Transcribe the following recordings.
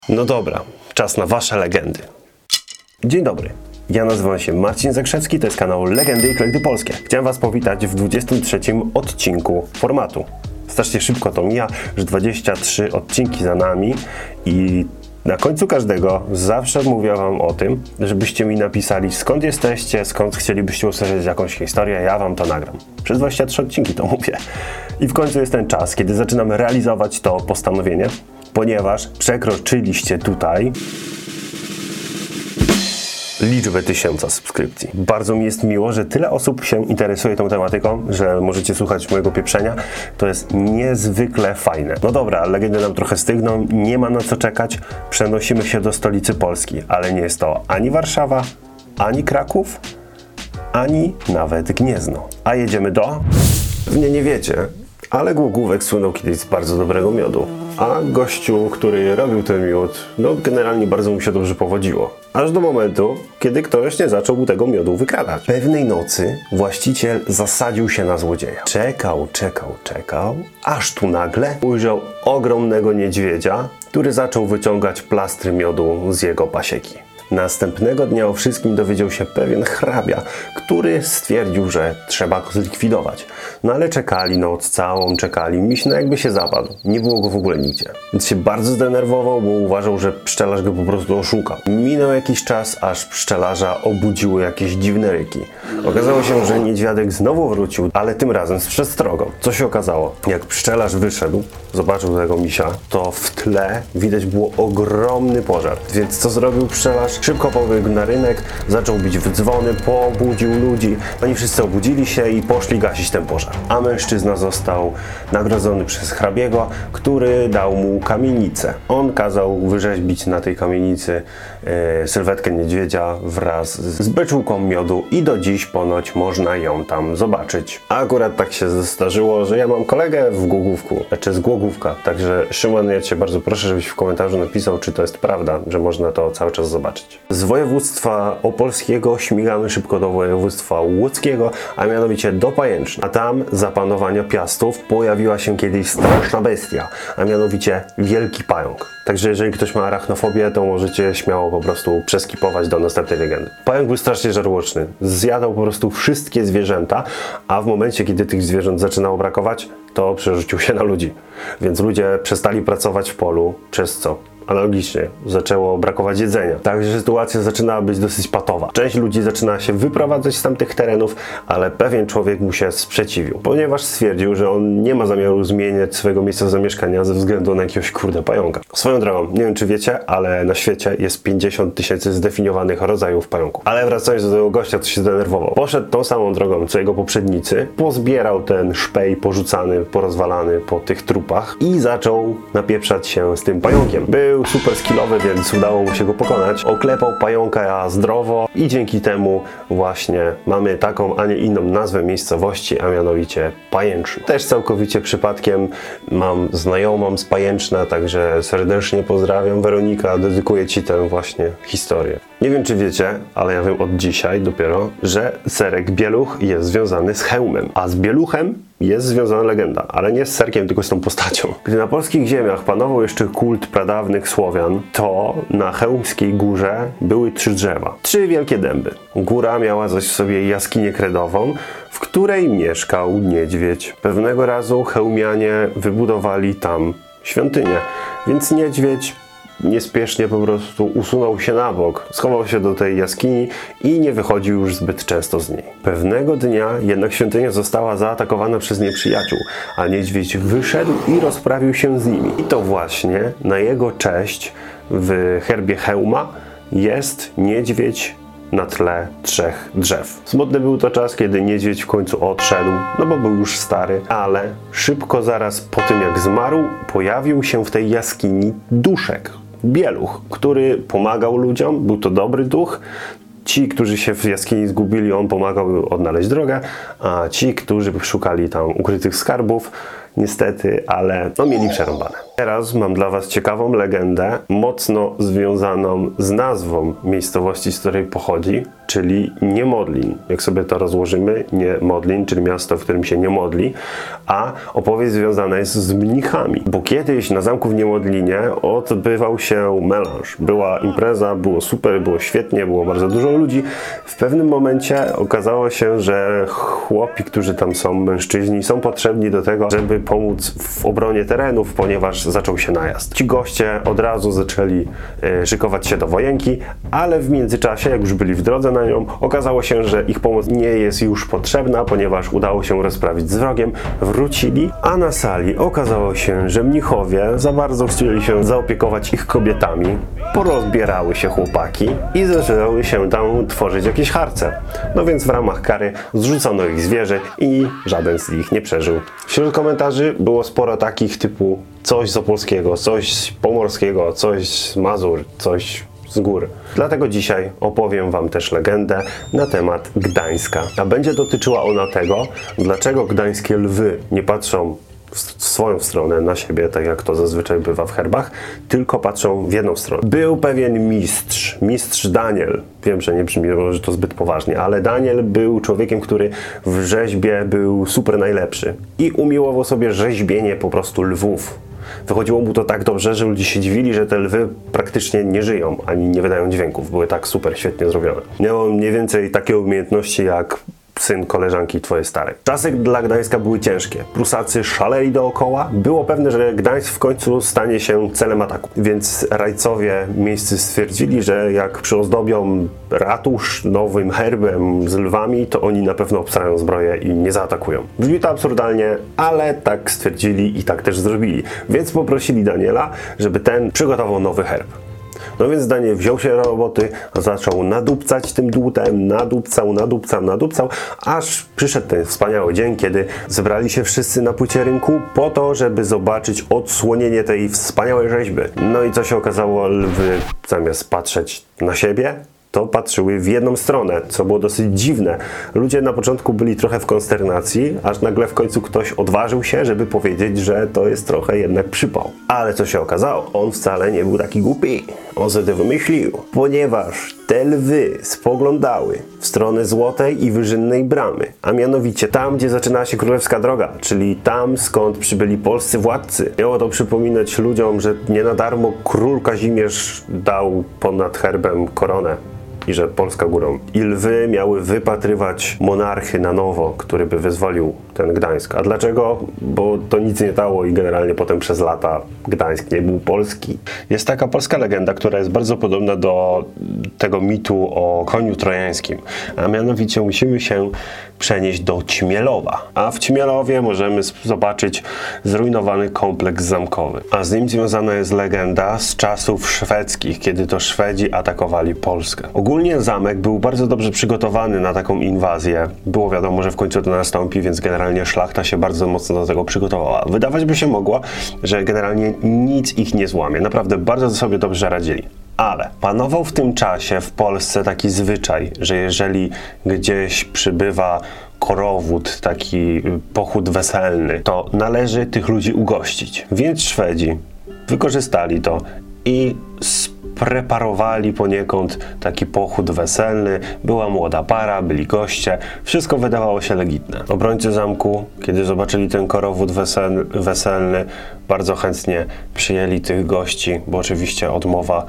No dobra, czas na wasze legendy. Dzień dobry, ja nazywam się Marcin Zakrzewski, to jest kanał Legendy i Klekdy Polskie. Chciałem was powitać w 23 odcinku formatu. Strasznie szybko to mija, że 23 odcinki za nami i na końcu każdego zawsze mówię wam o tym, żebyście mi napisali, skąd jesteście, skąd chcielibyście usłyszeć jakąś historię, ja wam to nagram. Przez 23 odcinki to mówię. I w końcu jest ten czas, kiedy zaczynamy realizować to postanowienie, ponieważ przekroczyliście tutaj liczbę 1000 subskrypcji. Bardzo mi jest miło, że tyle osób się interesuje tą tematyką, że możecie słuchać mojego pieprzenia. To jest niezwykle fajne. No dobra, legendy nam trochę stygną, nie ma na co czekać. Przenosimy się do stolicy Polski, ale nie jest to ani Warszawa, ani Kraków, ani nawet Gniezno. A jedziemy do... Pewnie nie wiecie, ale Głogówek słynął kiedyś z bardzo dobrego miodu. A gościu, który robił ten miód, no generalnie bardzo mu się dobrze powodziło. Aż do momentu, kiedy ktoś nie zaczął mu tego miodu wykradać. Pewnej nocy właściciel zasadził się na złodzieja. Czekał, aż tu nagle ujrzał ogromnego niedźwiedzia, który zaczął wyciągać plastry miodu z jego pasieki. Następnego dnia o wszystkim dowiedział się pewien hrabia, który stwierdził, że trzeba go zlikwidować. No ale czekali noc całą, miś no jakby się zapadł. Nie było go w ogóle nigdzie. Więc się bardzo zdenerwował, bo uważał, że pszczelarz go po prostu oszuka. Minął jakiś czas, aż pszczelarza obudziły jakieś dziwne ryki. Okazało się, że niedźwiadek znowu wrócił, ale tym razem z przestrogą. Co się okazało? Jak pszczelarz wyszedł, zobaczył tego misia, to w tle widać było ogromny pożar. Więc co zrobił pszczelarz? Szybko pobiegł na rynek, zaczął bić w dzwony, pobudził ludzi. Oni wszyscy obudzili się i poszli gasić ten pożar. A mężczyzna został nagrodzony przez hrabiego, który dał mu kamienicę. On kazał wyrzeźbić na tej kamienicy sylwetkę niedźwiedzia wraz z beczułką miodu i do dziś ponoć można ją tam zobaczyć. A akurat tak się zdarzyło, że ja mam kolegę w Głogówku, znaczy z Głogówka. Także Szymon, ja cię bardzo proszę, żebyś w komentarzu napisał, czy to jest prawda, że można to cały czas zobaczyć. Z województwa opolskiego śmigamy szybko do województwa łódzkiego, a mianowicie do Pajęczna. A tam za panowania Piastów pojawiła się kiedyś straszna bestia, a mianowicie wielki pająk. Także jeżeli ktoś ma arachnofobię, to możecie śmiało po prostu przeskipować do następnej legendy. Pająk był strasznie żarłoczny. Zjadał po prostu wszystkie zwierzęta, a w momencie, kiedy tych zwierząt zaczynało brakować, to przerzucił się na ludzi. Więc ludzie przestali pracować w polu, przez co analogicznie zaczęło brakować jedzenia. Także sytuacja zaczynała być dosyć patowa. Część ludzi zaczynała się wyprowadzać z tamtych terenów, ale pewien człowiek mu się sprzeciwił, ponieważ stwierdził, że on nie ma zamiaru zmieniać swojego miejsca zamieszkania ze względu na jakiegoś pająka. Swoją drogą, nie wiem czy wiecie, ale na świecie jest 50 000 zdefiniowanych rodzajów pająków. Ale wracając do tego gościa, co się zdenerwował. Poszedł tą samą drogą, co jego poprzednicy, pozbierał ten szpej porzucany, porozwalany po tych trupach i zaczął napieprzać się z tym pająkiem. Był super skillowy, więc udało mu się go pokonać. Oklepał pająka zdrowo i dzięki temu właśnie mamy taką, a nie inną nazwę miejscowości, a mianowicie Pajęczno. Też całkowicie przypadkiem mam znajomą z Pajęczna, także serdecznie pozdrawiam. Weronika, dedykuję ci tę właśnie historię. Nie wiem czy wiecie, ale ja wiem od dzisiaj dopiero, że serek Bieluch jest związany z hełmem, a z Bieluchem jest związana legenda, ale nie z serkiem, tylko z tą postacią. Gdy na polskich ziemiach panował jeszcze kult pradawnych Słowian, to na Chełmskiej Górze były 3 drzewa. 3 wielkie dęby. Góra miała zaś w sobie jaskinię kredową, w której mieszkał niedźwiedź. Pewnego razu chełmianie wybudowali tam świątynię, więc niedźwiedź niespiesznie po prostu usunął się na bok, schował się do tej jaskini i nie wychodził już zbyt często z niej. Pewnego dnia jednak świątynia została zaatakowana przez nieprzyjaciół, a niedźwiedź wyszedł i rozprawił się z nimi. I to właśnie na jego cześć w herbie Chełma jest niedźwiedź na tle 3 drzew. Smutny był to czas, kiedy niedźwiedź w końcu odszedł, no bo był już stary, ale szybko zaraz po tym jak zmarł, pojawił się w tej jaskini duszek. Bieluch, który pomagał ludziom, był to dobry duch. Ci, którzy się w jaskini zgubili, on pomagał odnaleźć drogę, a ci, którzy szukali tam ukrytych skarbów, niestety, ale no mieli przerąbane. Teraz mam dla was ciekawą legendę, mocno związaną z nazwą miejscowości, z której pochodzi, czyli Niemodlin. Jak sobie to rozłożymy, Niemodlin, czyli miasto, w którym się nie modli, a opowieść związana jest z mnichami. Bo kiedyś na zamku w Niemodlinie odbywał się melanż. Była impreza, było super, było świetnie, było bardzo dużo ludzi. W pewnym momencie okazało się, że chłopi, którzy tam są, mężczyźni, są potrzebni do tego, żeby pomóc w obronie terenów, ponieważ zaczął się najazd. Ci goście od razu zaczęli szykować się do wojenki, ale w międzyczasie, jak już byli w drodze na nią, okazało się, że ich pomoc nie jest już potrzebna, ponieważ udało się rozprawić z wrogiem, wrócili, a na sali okazało się, że mnichowie za bardzo chcieli się zaopiekować ich kobietami, porozbierały się chłopaki i zaczęły się tam tworzyć jakieś harce. No więc w ramach kary zrzucono ich z wieży i żaden z nich nie przeżył. Wśród komentarzy było sporo takich typu coś z opolskiego, coś z pomorskiego, coś z Mazur, coś z gór. Dlatego dzisiaj opowiem wam też legendę na temat Gdańska. A będzie dotyczyła ona tego, dlaczego gdańskie lwy nie patrzą w swoją stronę, na siebie, tak jak to zazwyczaj bywa w herbach, tylko patrzą w jedną stronę. Był pewien mistrz Daniel. Wiem, że nie brzmi że to zbyt poważnie, ale Daniel był człowiekiem, który w rzeźbie był super najlepszy i umiłował sobie rzeźbienie po prostu lwów. Wychodziło mu to tak dobrze, że ludzie się dziwili, że te lwy praktycznie nie żyją, ani nie wydają dźwięków. Były tak super świetnie zrobione. Miał mniej więcej takie umiejętności jak syn koleżanki twojej starej. Czasy dla Gdańska były ciężkie. Prusacy szaleli dookoła. Było pewne, że Gdańsk w końcu stanie się celem ataku. Więc rajcowie miejscy stwierdzili, że jak przyozdobią ratusz nowym herbem z lwami, to oni na pewno obstrają zbroję i nie zaatakują. Brzmi to absurdalnie, ale tak stwierdzili i tak też zrobili. Więc poprosili Daniela, żeby ten przygotował nowy herb. No więc Daniel wziął się do roboty, zaczął nadupcać tym dłutem, nadupcał, aż przyszedł ten wspaniały dzień, kiedy zebrali się wszyscy na płycie rynku po to, żeby zobaczyć odsłonienie tej wspaniałej rzeźby. No i co się okazało? Lwy zamiast patrzeć na siebie, to patrzyły w jedną stronę, co było dosyć dziwne. Ludzie na początku byli trochę w konsternacji, aż nagle w końcu ktoś odważył się, żeby powiedzieć, że to jest trochę jednak przypał. Ale co się okazało? On wcale nie był taki głupi. On sobie to wymyślił, ponieważ te lwy spoglądały w stronę Złotej i Wyżynnej Bramy, a mianowicie tam, gdzie zaczynała się Królewska Droga, czyli tam, skąd przybyli polscy władcy. Miało to przypominać ludziom, że nie na darmo król Kazimierz dał ponad herbem koronę i że Polska górą. I lwy miały wypatrywać monarchy na nowo, który by wyzwolił ten Gdańsk. A dlaczego? Bo to nic nie dało i generalnie potem przez lata Gdańsk nie był polski. Jest taka polska legenda, która jest bardzo podobna do tego mitu o koniu trojańskim. A mianowicie musimy się przenieść do Ćmielowa. A w Ćmielowie możemy zobaczyć zrujnowany kompleks zamkowy. A z nim związana jest legenda z czasów szwedzkich, kiedy to Szwedzi atakowali Polskę. Ogólnie zamek był bardzo dobrze przygotowany na taką inwazję. Było wiadomo, że w końcu to nastąpi, więc generalnie szlachta się bardzo mocno do tego przygotowała. Wydawać by się mogło, że generalnie nic ich nie złamie. Naprawdę bardzo sobie dobrze radzili. Ale panował w tym czasie w Polsce taki zwyczaj, że jeżeli gdzieś przybywa korowód, taki pochód weselny, to należy tych ludzi ugościć. Więc Szwedzi wykorzystali to i preparowali poniekąd taki pochód weselny, była młoda para, byli goście, wszystko wydawało się legitne. Obrońcy zamku, kiedy zobaczyli ten korowód weselny, bardzo chętnie przyjęli tych gości, bo oczywiście odmowa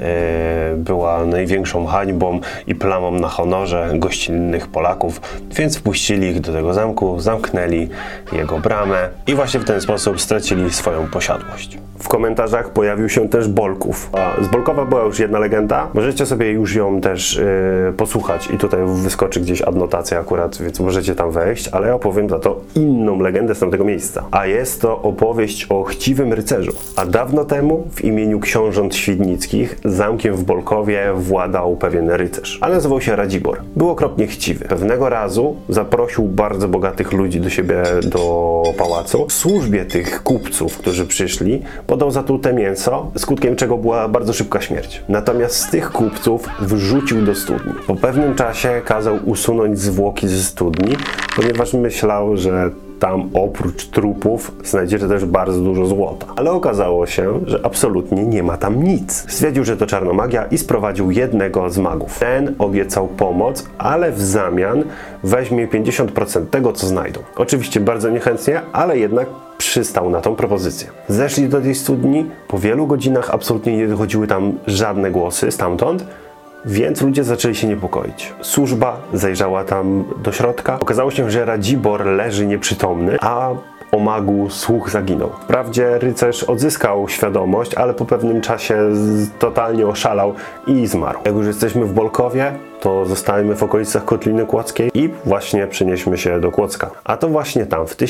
była największą hańbą i plamą na honorze gościnnych Polaków, więc wpuścili ich do tego zamku, zamknęli jego bramę i właśnie w ten sposób stracili swoją posiadłość. W komentarzach pojawił się też Bolków. A z Bolkowa była już jedna legenda. Możecie sobie już ją też posłuchać i tutaj wyskoczy gdzieś adnotacja akurat, więc możecie tam wejść, ale ja opowiem za to inną legendę z tamtego miejsca. A jest to opowieść o chciwym rycerzu. A dawno temu w imieniu książąt świdnickich zamkiem w Bolkowie władał pewien rycerz, a nazywał się Radzibor. Był okropnie chciwy. Pewnego razu zaprosił bardzo bogatych ludzi do siebie do pałacu. W służbie tych kupców, którzy przyszli, podał zatrute mięso, skutkiem czego była bardzo szybka śmierć. Natomiast z tych kupców wrzucił do studni. Po pewnym czasie kazał usunąć zwłoki ze studni, ponieważ myślał, że tam oprócz trupów znajdziecie też bardzo dużo złota. Ale okazało się, że absolutnie nie ma tam nic. Stwierdził, że to czarnomagia i sprowadził jednego z magów. Ten obiecał pomoc, ale w zamian weźmie 50% tego, co znajdą. Oczywiście bardzo niechętnie, ale jednak przystał na tą propozycję. Zeszli do tej studni, po wielu godzinach absolutnie nie dochodziły tam żadne głosy stamtąd, więc ludzie zaczęli się niepokoić. Służba zajrzała tam do środka. Okazało się, że Radzibor leży nieprzytomny, a o magu słuch zaginął. Wprawdzie rycerz odzyskał świadomość, ale po pewnym czasie totalnie oszalał i zmarł. Jak już jesteśmy w Bolkowie, to zostajemy w okolicach Kotliny Kłodzkiej i właśnie przenieśmy się do Kłodzka. A to właśnie tam w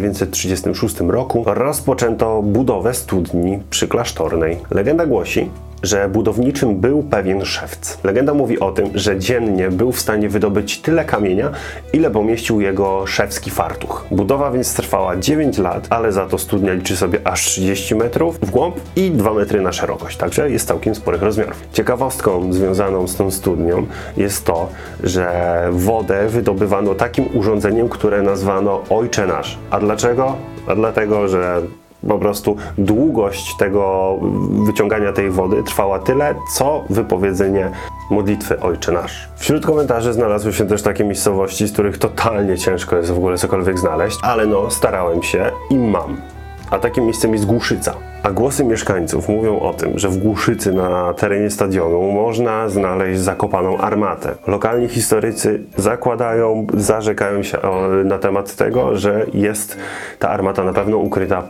1936 roku rozpoczęto budowę studni przyklasztornej. Legenda głosi, że budowniczym był pewien szewc. Legenda mówi o tym, że dziennie był w stanie wydobyć tyle kamienia, ile pomieścił jego szewski fartuch. Budowa więc trwała 9 lat, ale za to studnia liczy sobie aż 30 metrów w głąb i 2 metry na szerokość, także jest całkiem sporych rozmiarów. Ciekawostką związaną z tą studnią jest to, że wodę wydobywano takim urządzeniem, które nazwano Ojcze Nasz. A dlaczego? A dlatego, że po prostu długość tego wyciągania tej wody trwała tyle, co wypowiedzenie modlitwy Ojcze Nasz. Wśród komentarzy znalazły się też takie miejscowości, z których totalnie ciężko jest w ogóle cokolwiek znaleźć, ale no, starałem się i mam. A takim miejscem jest Głuszyca. A głosy mieszkańców mówią o tym, że w Głuszycy na terenie stadionu można znaleźć zakopaną armatę. Lokalni historycy zakładają, zarzekają się na temat tego, że jest ta armata na pewno ukryta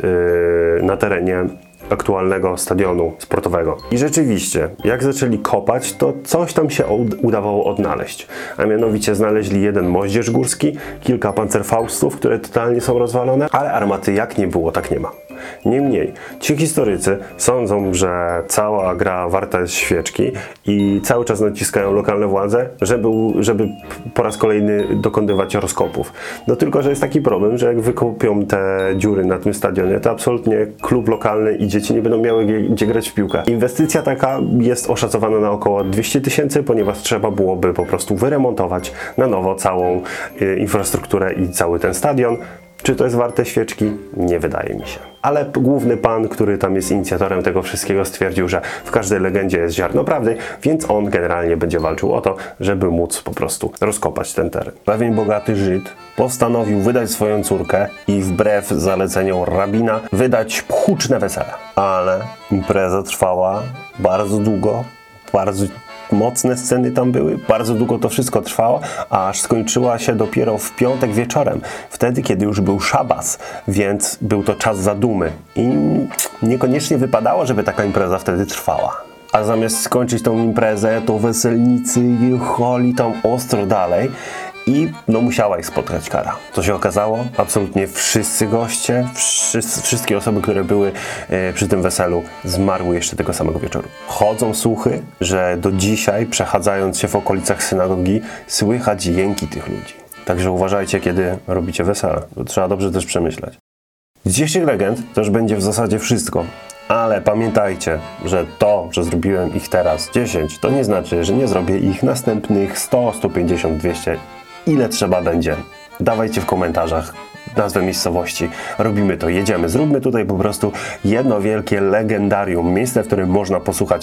na terenie aktualnego stadionu sportowego. I rzeczywiście, jak zaczęli kopać, to coś tam się udawało odnaleźć. A mianowicie znaleźli jeden moździerz górski, kilka pancerfaustów, które totalnie są rozwalone, ale armaty jak nie było, tak nie ma. Niemniej, ci historycy sądzą, że cała gra warta jest świeczki i cały czas naciskają lokalne władze, żeby po raz kolejny dokonywać rozkopów. No tylko, że jest taki problem, że jak wykopią te dziury na tym stadionie, to absolutnie klub lokalny i dzieci nie będą miały gdzie grać w piłkę. Inwestycja taka jest oszacowana na około 200 000, ponieważ trzeba byłoby po prostu wyremontować na nowo całą infrastrukturę i cały ten stadion. Czy to jest warte świeczki? Nie wydaje mi się. Ale główny pan, który tam jest inicjatorem tego wszystkiego, stwierdził, że w każdej legendzie jest ziarno prawdy, więc on generalnie będzie walczył o to, żeby móc po prostu rozkopać ten teren. Pewien bogaty Żyd postanowił wydać swoją córkę i wbrew zaleceniom rabina wydać huczne wesele. Ale impreza trwała bardzo długo, bardzo mocne sceny tam były, bardzo długo to wszystko trwało, aż skończyła się dopiero w piątek wieczorem, wtedy kiedy już był szabas, więc był to czas zadumy i niekoniecznie wypadało, żeby taka impreza wtedy trwała. A zamiast skończyć tą imprezę, to weselnicy jechali tam ostro dalej i no musiała ich spotkać kara. Co się okazało? Absolutnie wszyscy goście, wszystkie osoby, które były przy tym weselu, zmarły jeszcze tego samego wieczoru. Chodzą słuchy, że do dzisiaj, przechadzając się w okolicach synagogi, słychać jęki tych ludzi. Także uważajcie, kiedy robicie wesele. To trzeba dobrze też przemyśleć. Z dzisiejszych legend to już będzie w zasadzie wszystko. Ale pamiętajcie, że to, że zrobiłem ich teraz 10, to nie znaczy, że nie zrobię ich następnych 100, 150, 200. Ile trzeba będzie? Dawajcie w komentarzach nazwę miejscowości. Robimy to, jedziemy. Zróbmy tutaj po prostu jedno wielkie legendarium. Miejsce, w którym można posłuchać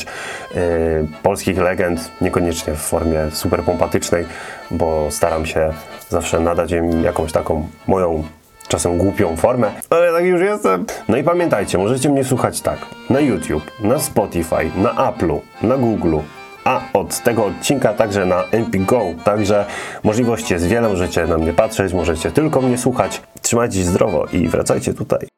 polskich legend, niekoniecznie w formie super pompatycznej, bo staram się zawsze nadać im jakąś taką moją czasem głupią formę, ale tak już jestem. No i pamiętajcie, możecie mnie słuchać tak, na YouTube, na Spotify, na Apple'u, na Google'u, a od tego odcinka także na MP-Go, także możliwości jest wiele, możecie na mnie patrzeć, możecie tylko mnie słuchać. Trzymajcie się zdrowo i wracajcie tutaj.